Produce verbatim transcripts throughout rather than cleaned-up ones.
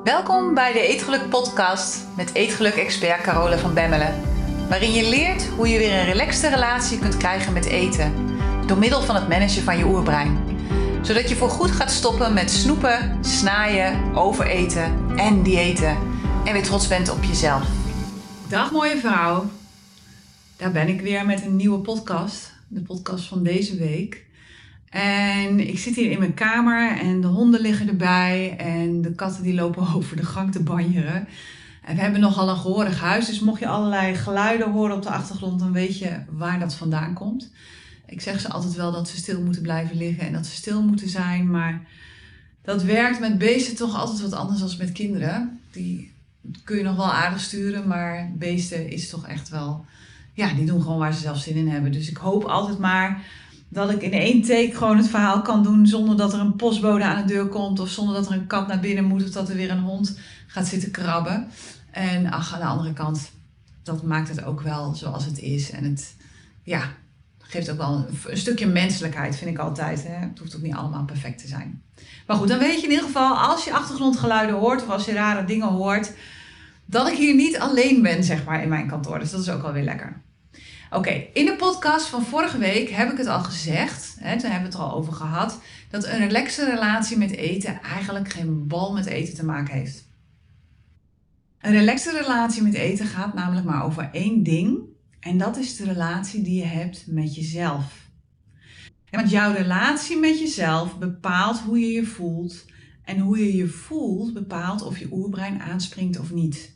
Welkom bij de Eetgeluk podcast met Eetgeluk-expert Carole van Bemmelen. Waarin je leert hoe je weer een relaxte relatie kunt krijgen met eten. Door middel van het managen van je oerbrein. Zodat je voorgoed gaat stoppen met snoepen, snaaien, overeten en diëten. En weer trots bent op jezelf. Dag mooie vrouw. Daar ben ik weer met een nieuwe podcast. De podcast van deze week. En ik zit hier in mijn kamer en de honden liggen erbij en de katten die lopen over de gang te banjeren. En we hebben nogal een gehoorig huis, dus mocht je allerlei geluiden horen op de achtergrond, dan weet je waar dat vandaan komt. Ik zeg ze altijd wel dat ze stil moeten blijven liggen en dat ze stil moeten zijn, maar dat werkt met beesten toch altijd wat anders dan met kinderen. Die kun je nog wel aardig sturen, maar beesten is toch echt wel, ja, die doen gewoon waar ze zelf zin in hebben. Dus ik hoop altijd maar dat ik in één take gewoon het verhaal kan doen zonder dat er een postbode aan de deur komt of zonder dat er een kat naar binnen moet of dat er weer een hond gaat zitten krabben. En ach, aan de andere kant, dat maakt het ook wel zoals het is. En het, ja, geeft ook wel een, een stukje menselijkheid, vind ik altijd. Hè? Het hoeft ook niet allemaal perfect te zijn. Maar goed, dan weet je in ieder geval, als je achtergrondgeluiden hoort of als je rare dingen hoort, dat ik hier niet alleen ben, zeg maar, in mijn kantoor. Dus dat is ook wel weer lekker. Oké, okay, in de podcast van vorige week heb ik het al gezegd, hè, toen hebben we het er al over gehad, dat een relaxe relatie met eten eigenlijk geen bal met eten te maken heeft. Een relaxe relatie met eten gaat namelijk maar over één ding en dat is de relatie die je hebt met jezelf. Ja, want jouw relatie met jezelf bepaalt hoe je je voelt en hoe je je voelt bepaalt of je oerbrein aanspringt of niet.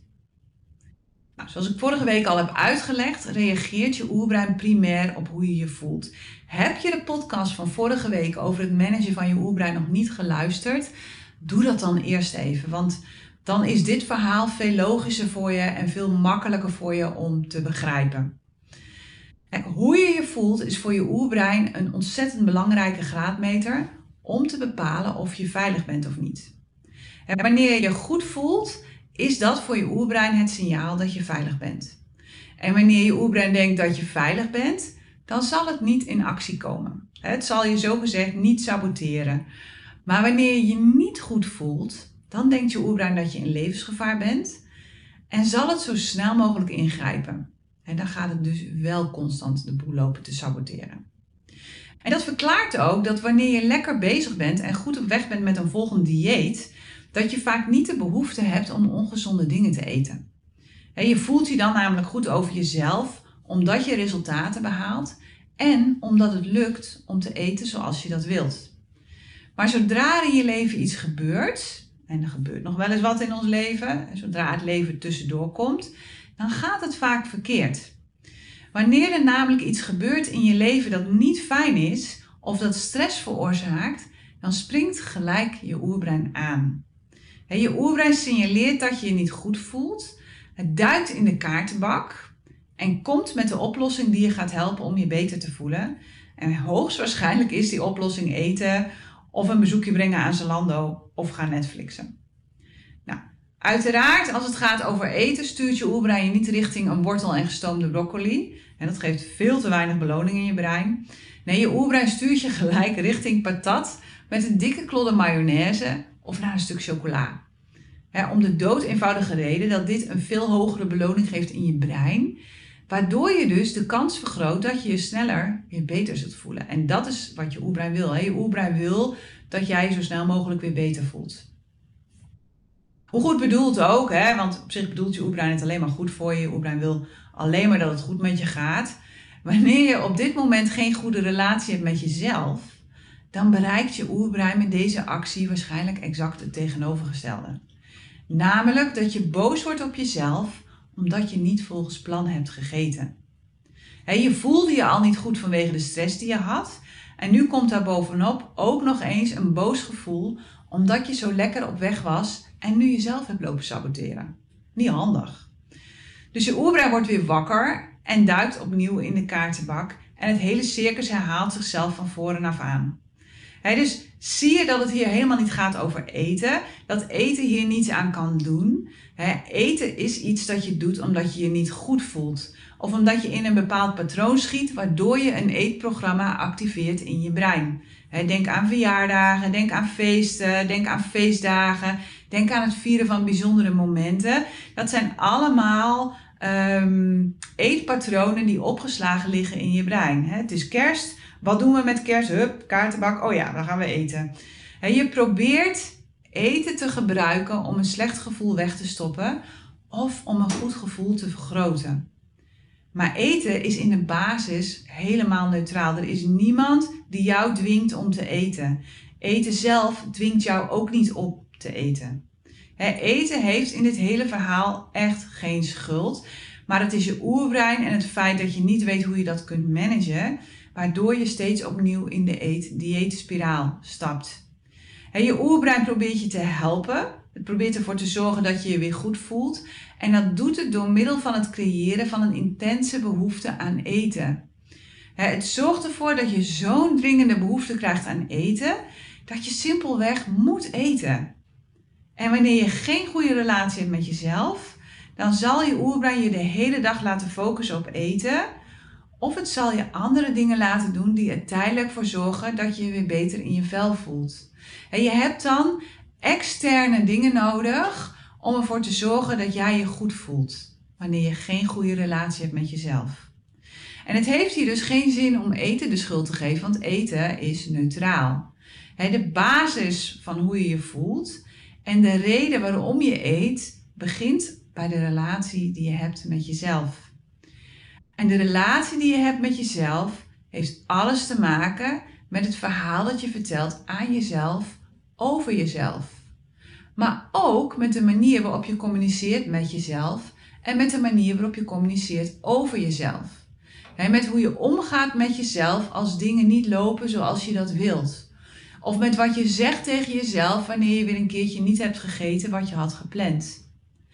Nou, zoals ik vorige week al heb uitgelegd, reageert je oerbrein primair op hoe je je voelt. Heb je de podcast van vorige week over het managen van je oerbrein nog niet geluisterd? Doe dat dan eerst even, want dan is dit verhaal veel logischer voor je en veel makkelijker voor je om te begrijpen. Kijk, hoe je je voelt is voor je oerbrein een ontzettend belangrijke graadmeter om te bepalen of je veilig bent of niet. En wanneer je je goed voelt, is dat voor je oerbrein het signaal dat je veilig bent. En wanneer je oerbrein denkt dat je veilig bent, dan zal het niet in actie komen. Het zal je zogezegd niet saboteren. Maar wanneer je je niet goed voelt, dan denkt je oerbrein dat je in levensgevaar bent en zal het zo snel mogelijk ingrijpen. En dan gaat het dus wel constant de boel lopen te saboteren. En dat verklaart ook dat wanneer je lekker bezig bent en goed op weg bent met een volgend dieet, dat je vaak niet de behoefte hebt om ongezonde dingen te eten. Je voelt je dan namelijk goed over jezelf, omdat je resultaten behaalt en omdat het lukt om te eten zoals je dat wilt. Maar zodra er in je leven iets gebeurt, en er gebeurt nog wel eens wat in ons leven, zodra het leven tussendoor komt, dan gaat het vaak verkeerd. Wanneer er namelijk iets gebeurt in je leven dat niet fijn is of dat stress veroorzaakt, dan springt gelijk je oerbrein aan. Je oerbrein signaleert dat je je niet goed voelt. Het duikt in de kaartenbak en komt met de oplossing die je gaat helpen om je beter te voelen. En hoogstwaarschijnlijk is die oplossing eten of een bezoekje brengen aan Zalando of gaan Netflixen. Nou, uiteraard als het gaat over eten stuurt je oerbrein je niet richting een wortel en gestoomde broccoli. En dat geeft veel te weinig beloning in je brein. Nee, je oerbrein stuurt je gelijk richting patat met een dikke klodder mayonaise of naar een stuk chocola. He, om de dood eenvoudige reden dat dit een veel hogere beloning geeft in je brein, waardoor je dus de kans vergroot dat je je sneller weer beter zult voelen. En dat is wat je oerbrein wil. He. Je oerbrein wil dat jij je zo snel mogelijk weer beter voelt. Hoe goed bedoeld ook, he, want op zich bedoelt je oerbrein het alleen maar goed voor je. Je oerbrein wil alleen maar dat het goed met je gaat. Wanneer je op dit moment geen goede relatie hebt met jezelf, dan bereikt je oerbrein met deze actie waarschijnlijk exact het tegenovergestelde. Namelijk dat je boos wordt op jezelf omdat je niet volgens plan hebt gegeten. He, je voelde je al niet goed vanwege de stress die je had. En nu komt daar bovenop ook nog eens een boos gevoel omdat je zo lekker op weg was en nu jezelf hebt lopen saboteren. Niet handig. Dus je oerbrein wordt weer wakker en duikt opnieuw in de kaartenbak en het hele circus herhaalt zichzelf van voren af aan. He, dus zie je dat het hier helemaal niet gaat over eten. Dat eten hier niets aan kan doen. He, eten is iets dat je doet omdat je je niet goed voelt. Of omdat je in een bepaald patroon schiet, waardoor je een eetprogramma activeert in je brein. Denk aan verjaardagen, denk aan feesten, denk aan feestdagen, denk aan het vieren van bijzondere momenten. Dat zijn allemaal um, eetpatronen die opgeslagen liggen in je brein. Het is kerst. Wat doen we met kerst? Hup, kaartenbak. Oh ja, dan gaan we eten. Je probeert eten te gebruiken om een slecht gevoel weg te stoppen of om een goed gevoel te vergroten. Maar eten is in de basis helemaal neutraal. Er is niemand die jou dwingt om te eten. Eten zelf dwingt jou ook niet op te eten. He, eten heeft in dit hele verhaal echt geen schuld. Maar het is je oerbrein en het feit dat je niet weet hoe je dat kunt managen, waardoor je steeds opnieuw in de eet-dieetspiraal stapt. He, je oerbrein probeert je te helpen. Het probeert ervoor te zorgen dat je je weer goed voelt. En dat doet het door middel van het creëren van een intense behoefte aan eten. Het zorgt ervoor dat je zo'n dringende behoefte krijgt aan eten, dat je simpelweg moet eten. En wanneer je geen goede relatie hebt met jezelf, dan zal je oerbrein je de hele dag laten focussen op eten. Of het zal je andere dingen laten doen die er tijdelijk voor zorgen dat je je weer beter in je vel voelt. En je hebt dan externe dingen nodig om ervoor te zorgen dat jij je goed voelt, wanneer je geen goede relatie hebt met jezelf. En het heeft hier dus geen zin om eten de schuld te geven, want eten is neutraal. De basis van hoe je je voelt en de reden waarom je eet begint bij de relatie die je hebt met jezelf. En de relatie die je hebt met jezelf heeft alles te maken met het verhaal dat je vertelt aan jezelf over jezelf. Maar ook met de manier waarop je communiceert met jezelf en met de manier waarop je communiceert over jezelf. En met hoe je omgaat met jezelf als dingen niet lopen zoals je dat wilt. Of met wat je zegt tegen jezelf wanneer je weer een keertje niet hebt gegeten wat je had gepland.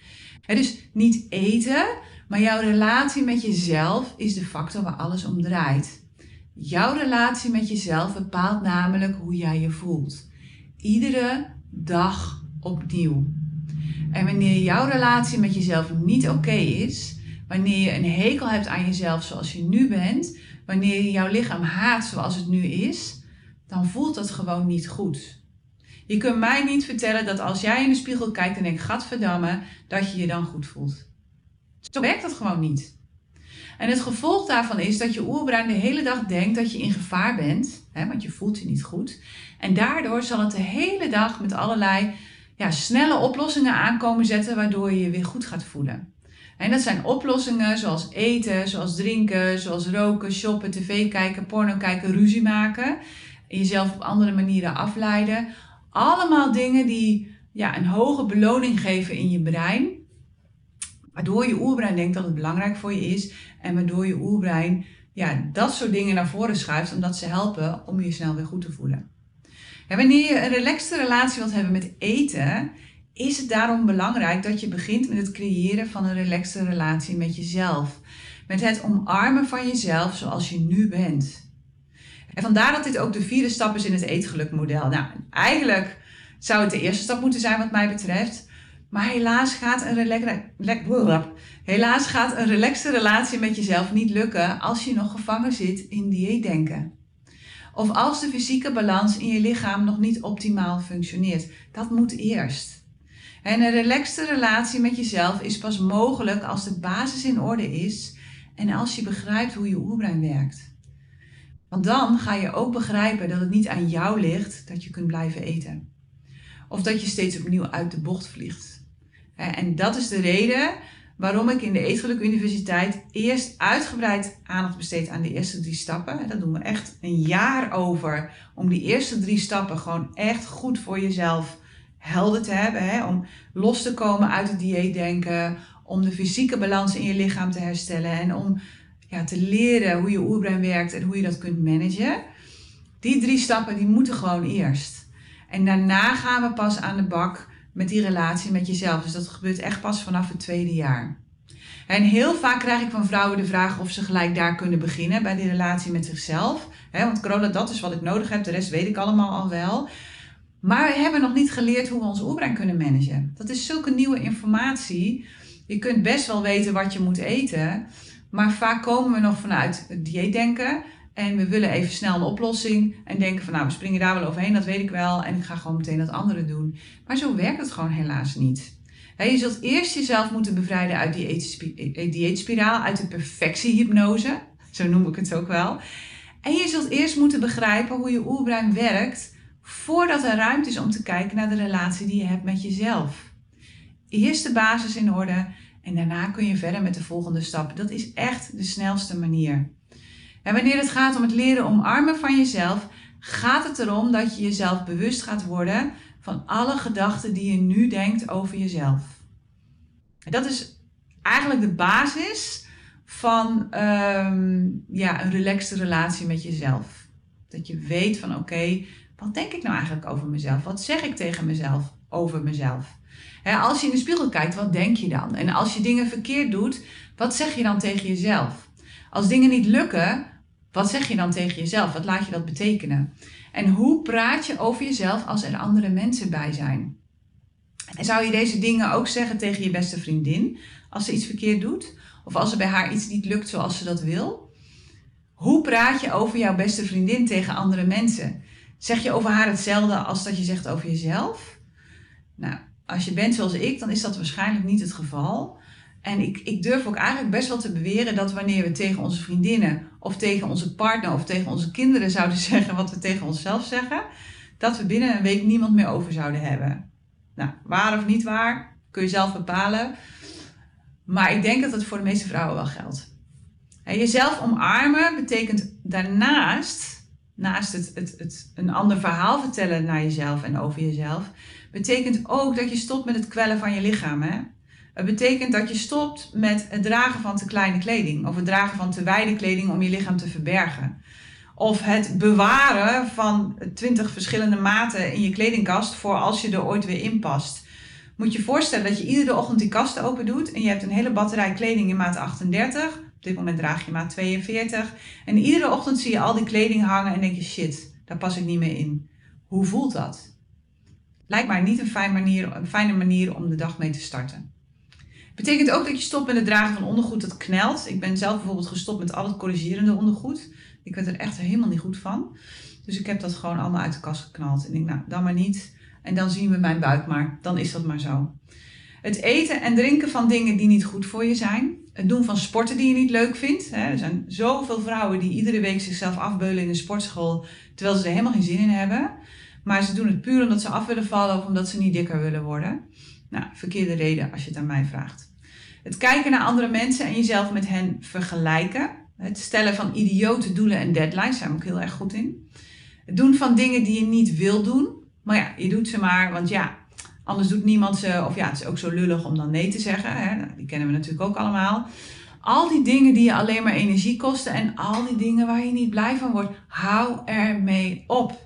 En dus niet eten, maar jouw relatie met jezelf is de factor waar alles om draait. Jouw relatie met jezelf bepaalt namelijk hoe jij je voelt. Iedere dag opnieuw. En wanneer jouw relatie met jezelf niet oké is, wanneer je een hekel hebt aan jezelf zoals je nu bent, wanneer je jouw lichaam haat zoals het nu is, dan voelt dat gewoon niet goed. Je kunt mij niet vertellen dat als jij in de spiegel kijkt en denkt, gadverdamme, dat je je dan goed voelt. Zo werkt dat gewoon niet. En het gevolg daarvan is dat je oerbrein de hele dag denkt dat je in gevaar bent, hè, want je voelt je niet goed. En daardoor zal het de hele dag met allerlei ja, snelle oplossingen aankomen zetten, waardoor je je weer goed gaat voelen. En dat zijn oplossingen zoals eten, zoals drinken, zoals roken, shoppen, tv kijken, porno kijken, ruzie maken. En jezelf op andere manieren afleiden. Allemaal dingen die ja, een hoge beloning geven in je brein. Waardoor je oerbrein denkt dat het belangrijk voor je is. En waardoor je oerbrein ja, dat soort dingen naar voren schuift. Omdat ze helpen om je snel weer goed te voelen. En wanneer je een relaxte relatie wilt hebben met eten, is het daarom belangrijk dat je begint met het creëren van een relaxte relatie met jezelf. Met het omarmen van jezelf zoals je nu bent. En vandaar dat dit ook de vierde stap is in het eetgelukmodel. Nou, eigenlijk zou het de eerste stap moeten zijn wat mij betreft. Maar helaas gaat een, relax- helaas gaat een relaxte relatie met jezelf niet lukken als je nog gevangen zit in dieetdenken. Of als de fysieke balans in je lichaam nog niet optimaal functioneert. Dat moet eerst. En een relaxte relatie met jezelf is pas mogelijk als de basis in orde is en als je begrijpt hoe je oerbrein werkt. Want dan ga je ook begrijpen dat het niet aan jou ligt dat je kunt blijven eten. Of dat je steeds opnieuw uit de bocht vliegt. En dat is de reden waarom ik in de Eetgeluk Universiteit eerst uitgebreid aandacht besteed aan de eerste drie stappen. Dat doen we echt een jaar over om die eerste drie stappen gewoon echt goed voor jezelf helder te hebben. Hè? Om los te komen uit het dieetdenken, om de fysieke balans in je lichaam te herstellen en om ja, te leren hoe je oerbrein werkt en hoe je dat kunt managen. Die drie stappen die moeten gewoon eerst. En daarna gaan we pas aan de bak met die relatie met jezelf. Dus dat gebeurt echt pas vanaf het tweede jaar. En heel vaak krijg ik van vrouwen de vraag of ze gelijk daar kunnen beginnen bij die relatie met zichzelf. Want Carola, dat is wat ik nodig heb, de rest weet ik allemaal al wel. Maar we hebben nog niet geleerd hoe we ons oerbrein kunnen managen. Dat is zulke nieuwe informatie. Je kunt best wel weten wat je moet eten. Maar vaak komen we nog vanuit het dieetdenken. En we willen even snel een oplossing. En denken van nou, we springen daar wel overheen, dat weet ik wel. En ik ga gewoon meteen dat andere doen. Maar zo werkt het gewoon helaas niet. He, je zult eerst jezelf moeten bevrijden uit die dieetspiraal. Uit de perfectiehypnose. Zo noem ik het ook wel. En je zult eerst moeten begrijpen hoe je oerbrein werkt. Voordat er ruimte is om te kijken naar de relatie die je hebt met jezelf. Eerst de basis in orde. En daarna kun je verder met de volgende stap. Dat is echt de snelste manier. En wanneer het gaat om het leren omarmen van jezelf, gaat het erom dat je jezelf bewust gaat worden van alle gedachten die je nu denkt over jezelf. En dat is eigenlijk de basis van um, ja, een relaxte relatie met jezelf. Dat je weet van oké, okay, wat denk ik nou eigenlijk over mezelf? Wat zeg ik tegen mezelf over mezelf? He, als je in de spiegel kijkt, wat denk je dan? En als je dingen verkeerd doet, wat zeg je dan tegen jezelf? Als dingen niet lukken, wat zeg je dan tegen jezelf? Wat laat je dat betekenen? En hoe praat je over jezelf als er andere mensen bij zijn? En zou je deze dingen ook zeggen tegen je beste vriendin als ze iets verkeerd doet? Of als er bij haar iets niet lukt zoals ze dat wil? Hoe praat je over jouw beste vriendin tegen andere mensen? Zeg je over haar hetzelfde als dat je zegt over jezelf? Nou, als je bent zoals ik, dan is dat waarschijnlijk niet het geval. En ik, ik durf ook eigenlijk best wel te beweren dat wanneer we tegen onze vriendinnen of tegen onze partner of tegen onze kinderen zouden zeggen wat we tegen onszelf zeggen, dat we binnen een week niemand meer over zouden hebben. Nou, waar of niet waar, kun je zelf bepalen. Maar ik denk dat dat voor de meeste vrouwen wel geldt. En jezelf omarmen betekent daarnaast, naast het, het, het een ander verhaal vertellen naar jezelf en over jezelf, betekent ook dat je stopt met het kwellen van je lichaam. Hè? Het betekent dat je stopt met het dragen van te kleine kleding. Of het dragen van te wijde kleding om je lichaam te verbergen. Of het bewaren van twintig verschillende maten in je kledingkast voor als je er ooit weer in past. Moet je je voorstellen dat je iedere ochtend die kast open doet. En je hebt een hele batterij kleding in maat achtendertig. Op dit moment draag je maat tweeënveertig. En iedere ochtend zie je al die kleding hangen en denk je shit, daar pas ik niet meer in. Hoe voelt dat? Lijkt mij niet een, fijn manier, een fijne manier om de dag mee te starten. Betekent ook dat je stopt met het dragen van ondergoed dat knelt. Ik ben zelf bijvoorbeeld gestopt met al het corrigerende ondergoed. Ik werd er echt helemaal niet goed van. Dus ik heb dat gewoon allemaal uit de kast geknald. En ik denk, nou, dan maar niet. En dan zien we mijn buik maar. Dan is dat maar zo. Het eten en drinken van dingen die niet goed voor je zijn. Het doen van sporten die je niet leuk vindt. Er zijn zoveel vrouwen die iedere week zichzelf afbeulen in een sportschool, terwijl ze er helemaal geen zin in hebben. Maar ze doen het puur omdat ze af willen vallen of omdat ze niet dikker willen worden. Nou, verkeerde reden als je het aan mij vraagt. Het kijken naar andere mensen en jezelf met hen vergelijken. Het stellen van idiote doelen en deadlines, daar ben ik heel erg goed in. Het doen van dingen die je niet wil doen. Maar ja, je doet ze maar, want ja, anders doet niemand ze. Of ja, het is ook zo lullig om dan nee te zeggen. Hè? Die kennen we natuurlijk ook allemaal. Al die dingen die je alleen maar energie kosten en al die dingen waar je niet blij van wordt, hou ermee op.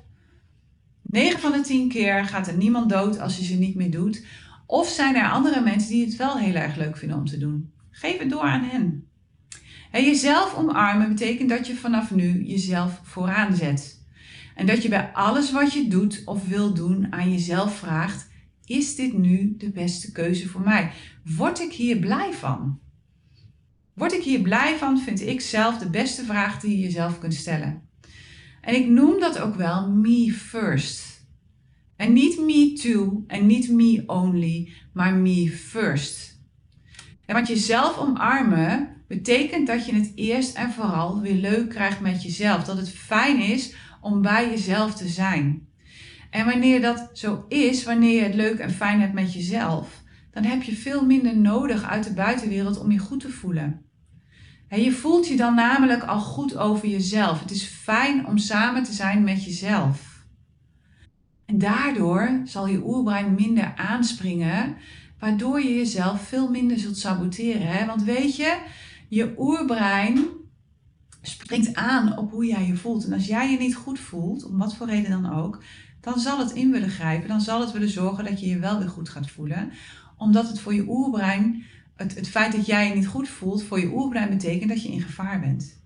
negen van de tien keer gaat er niemand dood als je ze niet meer doet. Of zijn er andere mensen die het wel heel erg leuk vinden om te doen. Geef het door aan hen. En jezelf omarmen betekent dat je vanaf nu jezelf vooraan zet. En dat je bij alles wat je doet of wil doen aan jezelf vraagt, is dit nu de beste keuze voor mij? Word ik hier blij van? Word ik hier blij van, vind ik zelf de beste vraag die je jezelf kunt stellen. En ik noem dat ook wel me first. En niet me too en niet me only, maar me first. En want jezelf omarmen betekent dat je het eerst en vooral weer leuk krijgt met jezelf. Dat het fijn is om bij jezelf te zijn. En wanneer dat zo is, wanneer je het leuk en fijn hebt met jezelf, dan heb je veel minder nodig uit de buitenwereld om je goed te voelen. En je voelt je dan namelijk al goed over jezelf. Het is fijn om samen te zijn met jezelf. En daardoor zal je oerbrein minder aanspringen, waardoor je jezelf veel minder zult saboteren. Hè? Want weet je, je oerbrein springt aan op hoe jij je voelt. En als jij je niet goed voelt, om wat voor reden dan ook, dan zal het in willen grijpen. Dan zal het willen zorgen dat je je wel weer goed gaat voelen. Omdat het voor je oerbrein, het, het feit dat jij je niet goed voelt, voor je oerbrein betekent dat je in gevaar bent.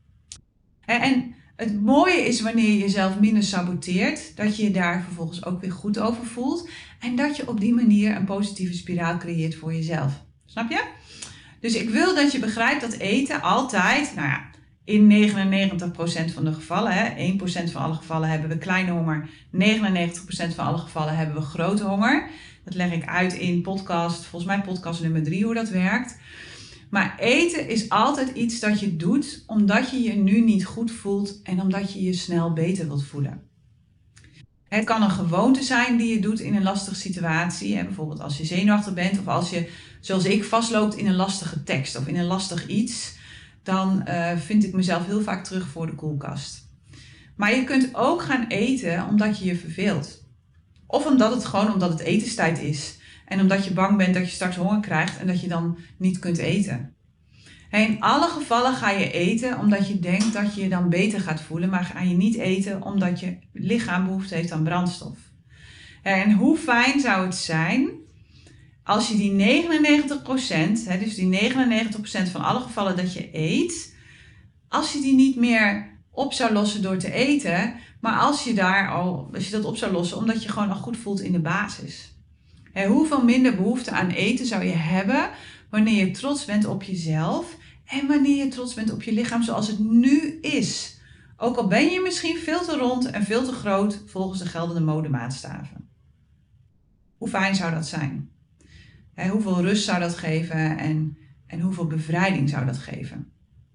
En het mooie is wanneer je jezelf minder saboteert, dat je je daar vervolgens ook weer goed over voelt. En dat je op die manier een positieve spiraal creëert voor jezelf. Snap je? Dus ik wil dat je begrijpt dat eten altijd, nou ja, in negenennegentig procent van de gevallen, hè, één procent van alle gevallen hebben we kleine honger, negenennegentig procent van alle gevallen hebben we grote honger. Dat leg ik uit in podcast, volgens mij podcast nummer drie, hoe dat werkt. Maar eten is altijd iets dat je doet omdat je je nu niet goed voelt en omdat je je snel beter wilt voelen. Het kan een gewoonte zijn die je doet in een lastige situatie. Hè, bijvoorbeeld als je zenuwachtig bent of als je, zoals ik, vastloopt in een lastige tekst of in een lastig iets. Dan uh, vind ik mezelf heel vaak terug voor de koelkast. Maar je kunt ook gaan eten omdat je je verveelt. Of omdat het gewoon omdat het etenstijd is. En omdat je bang bent dat je straks honger krijgt en dat je dan niet kunt eten. In alle gevallen ga je eten omdat je denkt dat je je dan beter gaat voelen. Maar ga je niet eten omdat je lichaam behoefte heeft aan brandstof. En hoe fijn zou het zijn als je die negenennegentig procent, dus die negenennegentig procent van alle gevallen dat je eet, als je die niet meer op zou lossen door te eten, maar als je, daar al, als je dat op zou lossen omdat je gewoon al goed voelt in de basis. He, hoeveel minder behoefte aan eten zou je hebben wanneer je trots bent op jezelf en wanneer je trots bent op je lichaam zoals het nu is. Ook al ben je misschien veel te rond en veel te groot volgens de geldende modemaatstaven. Hoe fijn zou dat zijn? He, hoeveel rust zou dat geven en, en hoeveel bevrijding zou dat geven?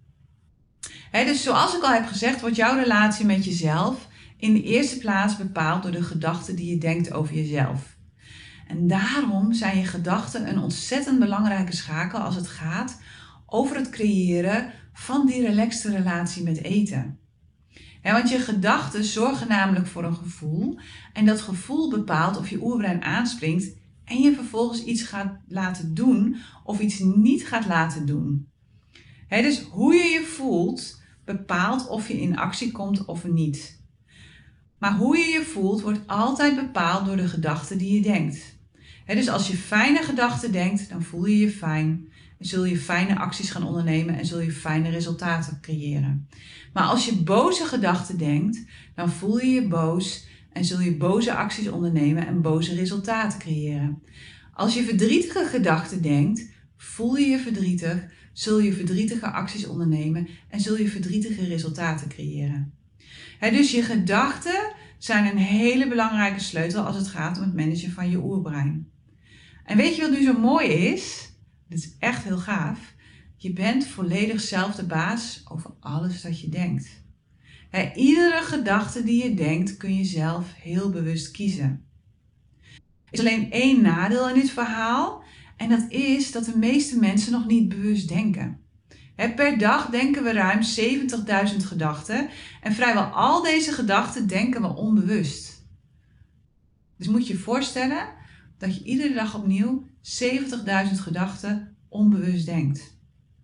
He, dus zoals ik al heb gezegd, wordt jouw relatie met jezelf in de eerste plaats bepaald door de gedachten die je denkt over jezelf. En daarom zijn je gedachten een ontzettend belangrijke schakel als het gaat over het creëren van die relaxte relatie met eten. He, want je gedachten zorgen namelijk voor een gevoel en dat gevoel bepaalt of je oerbrein aanspringt en je vervolgens iets gaat laten doen of iets niet gaat laten doen. He, dus hoe je je voelt bepaalt of je in actie komt of niet. Maar hoe je je voelt wordt altijd bepaald door de gedachten die je denkt. He, dus als je fijne gedachten denkt, dan voel je je fijn. En zul je fijne acties gaan ondernemen en zul je fijne resultaten creëren. Maar als je boze gedachten denkt, dan voel je je boos en zul je boze acties ondernemen en boze resultaten creëren. Als je verdrietige gedachten denkt, voel je je verdrietig, zul je verdrietige acties ondernemen en zul je verdrietige resultaten creëren. He, dus je gedachten zijn een hele belangrijke sleutel als het gaat om het managen van je oerbrein. En weet je wat nu zo mooi is? Dit is echt heel gaaf. Je bent volledig zelf de baas over alles dat je denkt. He, iedere gedachte die je denkt kun je zelf heel bewust kiezen. Er is alleen één nadeel in dit verhaal en dat is dat de meeste mensen nog niet bewust denken. He, per dag denken we ruim zeventigduizend gedachten en vrijwel al deze gedachten denken we onbewust. Dus moet je je voorstellen dat je iedere dag opnieuw zeventigduizend gedachten onbewust denkt.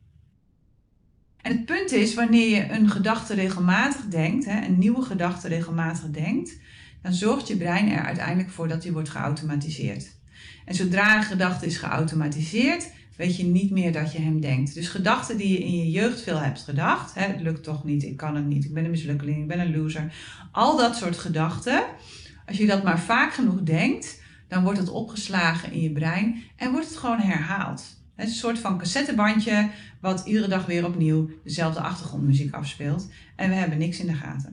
En het punt is, wanneer je een gedachte regelmatig denkt, hè, een nieuwe gedachte regelmatig denkt, dan zorgt je brein er uiteindelijk voor dat die wordt geautomatiseerd. En zodra een gedachte is geautomatiseerd, weet je niet meer dat je hem denkt. Dus gedachten die je in je jeugd veel hebt gedacht, hè, het lukt toch niet, ik kan het niet, ik ben een mislukkeling, ik ben een loser. Al dat soort gedachten, als je dat maar vaak genoeg denkt, dan wordt het opgeslagen in je brein en wordt het gewoon herhaald. Het is een soort van cassettebandje wat iedere dag weer opnieuw dezelfde achtergrondmuziek afspeelt. En we hebben niks in de gaten.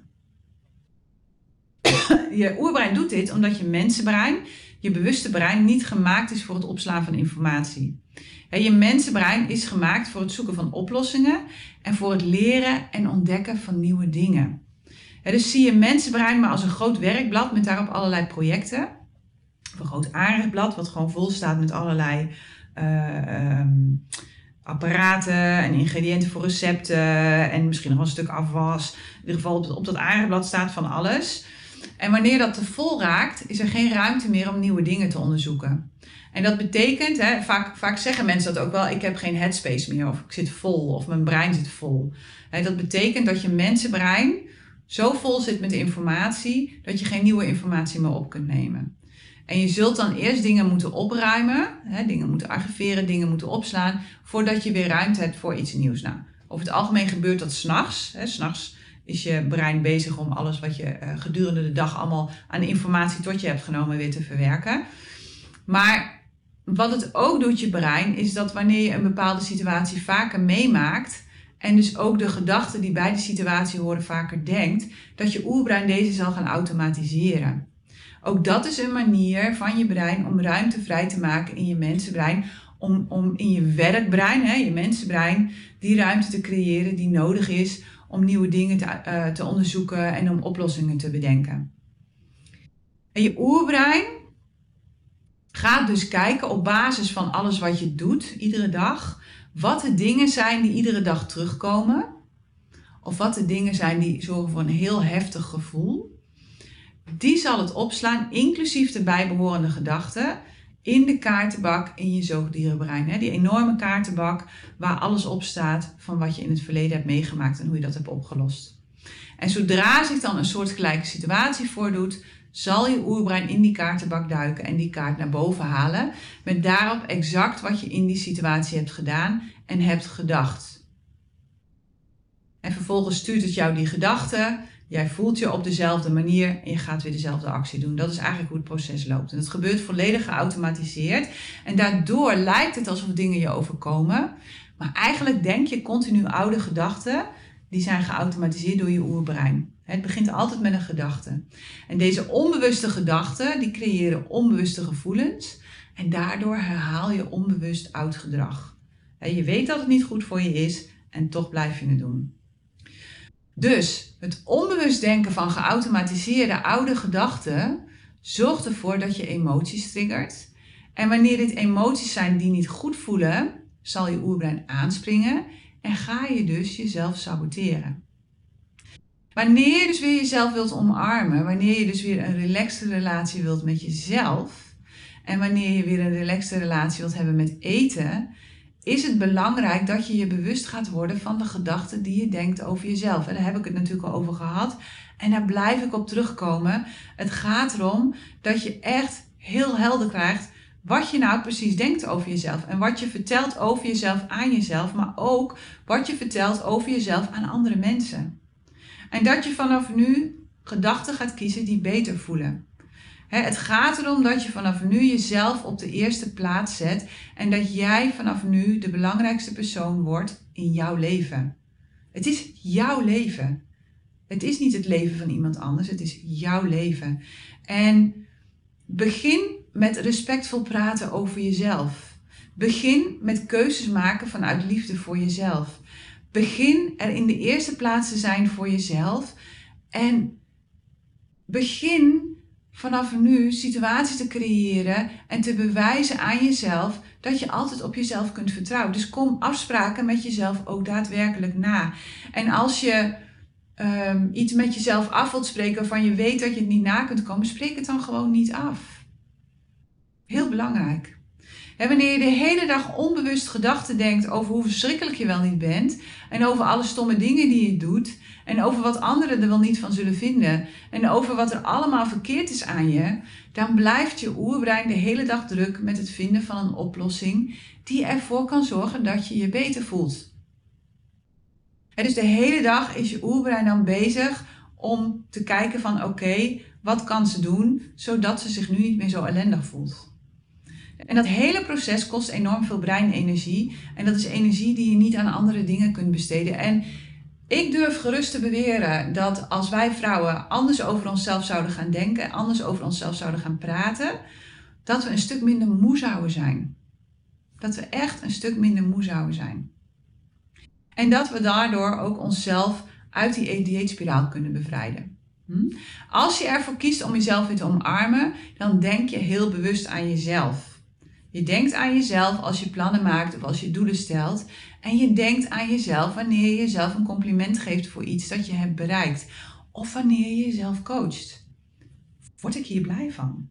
Je oerbrein doet dit omdat je mensenbrein, je bewuste brein, niet gemaakt is voor het opslaan van informatie. Je mensenbrein is gemaakt voor het zoeken van oplossingen en voor het leren en ontdekken van nieuwe dingen. Dus zie je mensenbrein maar als een groot werkblad met daarop allerlei projecten. Of een groot aanrechtblad wat gewoon vol staat met allerlei uh, um, apparaten en ingrediënten voor recepten en misschien nog wel een stuk afwas. In ieder geval op, op dat aanrechtblad staat van alles. En wanneer dat te vol raakt, is er geen ruimte meer om nieuwe dingen te onderzoeken. En dat betekent, hè, vaak, vaak zeggen mensen dat ook wel, ik heb geen headspace meer of ik zit vol of mijn brein zit vol. Hè, dat betekent dat je mensenbrein zo vol zit met informatie dat je geen nieuwe informatie meer op kunt nemen. En je zult dan eerst dingen moeten opruimen, hè, dingen moeten archiveren, dingen moeten opslaan, voordat je weer ruimte hebt voor iets nieuws. Nou, over het algemeen gebeurt dat 's nachts. Hè, 's nachts is je brein bezig om alles wat je uh, gedurende de dag allemaal aan informatie tot je hebt genomen weer te verwerken. Maar wat het ook doet, je brein, is dat wanneer je een bepaalde situatie vaker meemaakt en dus ook de gedachten die bij de situatie horen vaker denkt, dat je oerbrein deze zal gaan automatiseren. Ook dat is een manier van je brein om ruimte vrij te maken in je mensenbrein, om, om in je werkbrein, hè, je mensenbrein, die ruimte te creëren die nodig is om nieuwe dingen te, uh, te onderzoeken en om oplossingen te bedenken. En je oerbrein gaat dus kijken op basis van alles wat je doet, iedere dag, wat de dingen zijn die iedere dag terugkomen. Of wat de dingen zijn die zorgen voor een heel heftig gevoel. Die zal het opslaan, inclusief de bijbehorende gedachten, in de kaartenbak in je zoogdierenbrein. Hè? Die enorme kaartenbak waar alles op staat van wat je in het verleden hebt meegemaakt en hoe je dat hebt opgelost. En zodra zich dan een soortgelijke situatie voordoet, zal je oerbrein in die kaartenbak duiken en die kaart naar boven halen, met daarop exact wat je in die situatie hebt gedaan en hebt gedacht. En vervolgens stuurt het jou die gedachten, jij voelt je op dezelfde manier en je gaat weer dezelfde actie doen. Dat is eigenlijk hoe het proces loopt. En dat gebeurt volledig geautomatiseerd. En daardoor lijkt het alsof dingen je overkomen, maar eigenlijk denk je continu oude gedachten, die zijn geautomatiseerd door je oerbrein. Het begint altijd met een gedachte. En deze onbewuste gedachten, die creëren onbewuste gevoelens. En daardoor herhaal je onbewust oud gedrag. Je weet dat het niet goed voor je is en toch blijf je het doen. Dus het onbewust denken van geautomatiseerde oude gedachten zorgt ervoor dat je emoties triggert. En wanneer dit emoties zijn die niet goed voelen, zal je oerbrein aanspringen en ga je dus jezelf saboteren. Wanneer je dus weer jezelf wilt omarmen, wanneer je dus weer een relaxte relatie wilt met jezelf en wanneer je weer een relaxte relatie wilt hebben met eten, is het belangrijk dat je je bewust gaat worden van de gedachten die je denkt over jezelf. En daar heb ik het natuurlijk al over gehad en daar blijf ik op terugkomen. Het gaat erom dat je echt heel helder krijgt wat je nou precies denkt over jezelf en wat je vertelt over jezelf aan jezelf, maar ook wat je vertelt over jezelf aan andere mensen. En dat je vanaf nu gedachten gaat kiezen die beter voelen. Het gaat erom dat je vanaf nu jezelf op de eerste plaats zet en dat jij vanaf nu de belangrijkste persoon wordt in jouw leven. Het is jouw leven. Het is niet het leven van iemand anders, het is jouw leven. En begin met respectvol praten over jezelf. Begin met keuzes maken vanuit liefde voor jezelf. Begin er in de eerste plaats te zijn voor jezelf en begin vanaf nu situaties te creëren en te bewijzen aan jezelf dat je altijd op jezelf kunt vertrouwen. Dus kom afspraken met jezelf ook daadwerkelijk na. En als je um, iets met jezelf af wilt spreken waarvan je weet dat je het niet na kunt komen, spreek het dan gewoon niet af. Heel belangrijk. En wanneer je de hele dag onbewust gedachten denkt over hoe verschrikkelijk je wel niet bent en over alle stomme dingen die je doet en over wat anderen er wel niet van zullen vinden en over wat er allemaal verkeerd is aan je, dan blijft je oerbrein de hele dag druk met het vinden van een oplossing die ervoor kan zorgen dat je je beter voelt. En dus de hele dag is je oerbrein dan bezig om te kijken van oké, okay, wat kan ze doen zodat ze zich nu niet meer zo ellendig voelt. En dat hele proces kost enorm veel breinenergie. En dat is energie die je niet aan andere dingen kunt besteden. En ik durf gerust te beweren dat als wij vrouwen anders over onszelf zouden gaan denken, anders over onszelf zouden gaan praten, dat we een stuk minder moe zouden zijn. Dat we echt een stuk minder moe zouden zijn. En dat we daardoor ook onszelf uit die dieetspiraal kunnen bevrijden. Hm? Als je ervoor kiest om jezelf weer te omarmen, dan denk je heel bewust aan jezelf. Je denkt aan jezelf als je plannen maakt of als je doelen stelt. En je denkt aan jezelf wanneer je jezelf een compliment geeft voor iets dat je hebt bereikt. Of wanneer je jezelf coacht. Word ik hier blij van?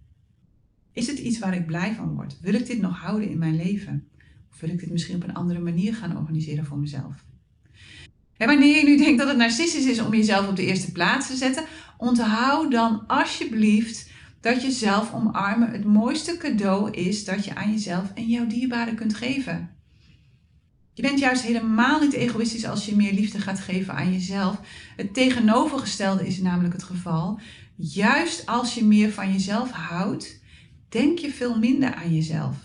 Is het iets waar ik blij van word? Wil ik dit nog houden in mijn leven? Of wil ik dit misschien op een andere manier gaan organiseren voor mezelf? En wanneer je nu denkt dat het narcistisch is om jezelf op de eerste plaats te zetten, onthoud dan alsjeblieft dat jezelf omarmen het mooiste cadeau is dat je aan jezelf en jouw dierbaren kunt geven. Je bent juist helemaal niet egoïstisch als je meer liefde gaat geven aan jezelf. Het tegenovergestelde is namelijk het geval. Juist als je meer van jezelf houdt, denk je veel minder aan jezelf.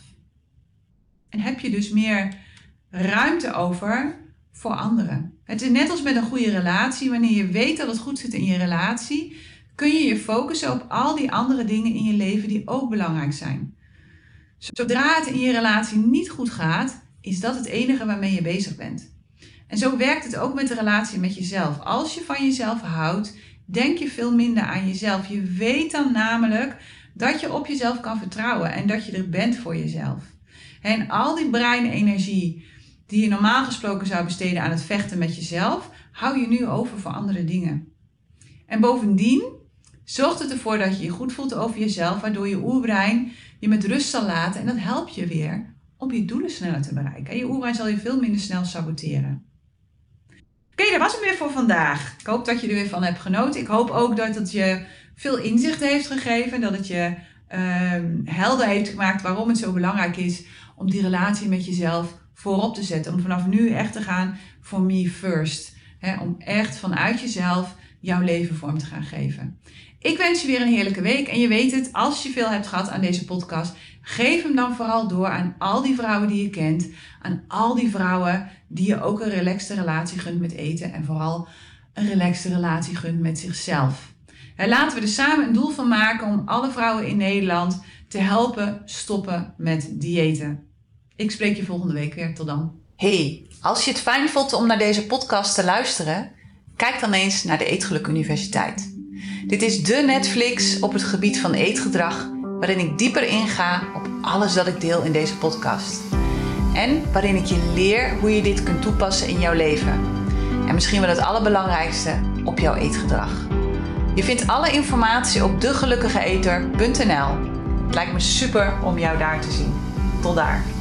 En heb je dus meer ruimte over voor anderen. Het is net als met een goede relatie. Wanneer je weet dat het goed zit in je relatie, kun je je focussen op al die andere dingen in je leven die ook belangrijk zijn. Zodra het in je relatie niet goed gaat, is dat het enige waarmee je bezig bent. En zo werkt het ook met de relatie met jezelf. Als je van jezelf houdt, denk je veel minder aan jezelf. Je weet dan namelijk dat je op jezelf kan vertrouwen en dat je er bent voor jezelf. En al die breinenergie die je normaal gesproken zou besteden aan het vechten met jezelf, hou je nu over voor andere dingen. En bovendien zorgt het ervoor dat je je goed voelt over jezelf, waardoor je oerbrein je met rust zal laten. En dat helpt je weer om je doelen sneller te bereiken. En je oerbrein zal je veel minder snel saboteren. Oké, okay, dat was hem weer voor vandaag. Ik hoop dat je er weer van hebt genoten. Ik hoop ook dat het je veel inzicht heeft gegeven. Dat het je um, helder heeft gemaakt waarom het zo belangrijk is om die relatie met jezelf voorop te zetten. Om vanaf nu echt te gaan voor me first. He, om echt vanuit jezelf jouw leven vorm te gaan geven. Ik wens je weer een heerlijke week. En je weet het, als je veel hebt gehad aan deze podcast, geef hem dan vooral door aan al die vrouwen die je kent. Aan al die vrouwen die je ook een relaxte relatie gunt met eten. En vooral een relaxte relatie gunt met zichzelf. He, laten we er samen een doel van maken om alle vrouwen in Nederland te helpen stoppen met diëten. Ik spreek je volgende week weer. Tot dan. Hey, als je het fijn vond om naar deze podcast te luisteren, kijk dan eens naar de Eetgeluk Universiteit. Dit is de Netflix op het gebied van eetgedrag, waarin ik dieper inga op alles dat ik deel in deze podcast. En waarin ik je leer hoe je dit kunt toepassen in jouw leven. En misschien wel het allerbelangrijkste, op jouw eetgedrag. Je vindt alle informatie op de gelukkige eter punt n l. Het lijkt me super om jou daar te zien. Tot daar.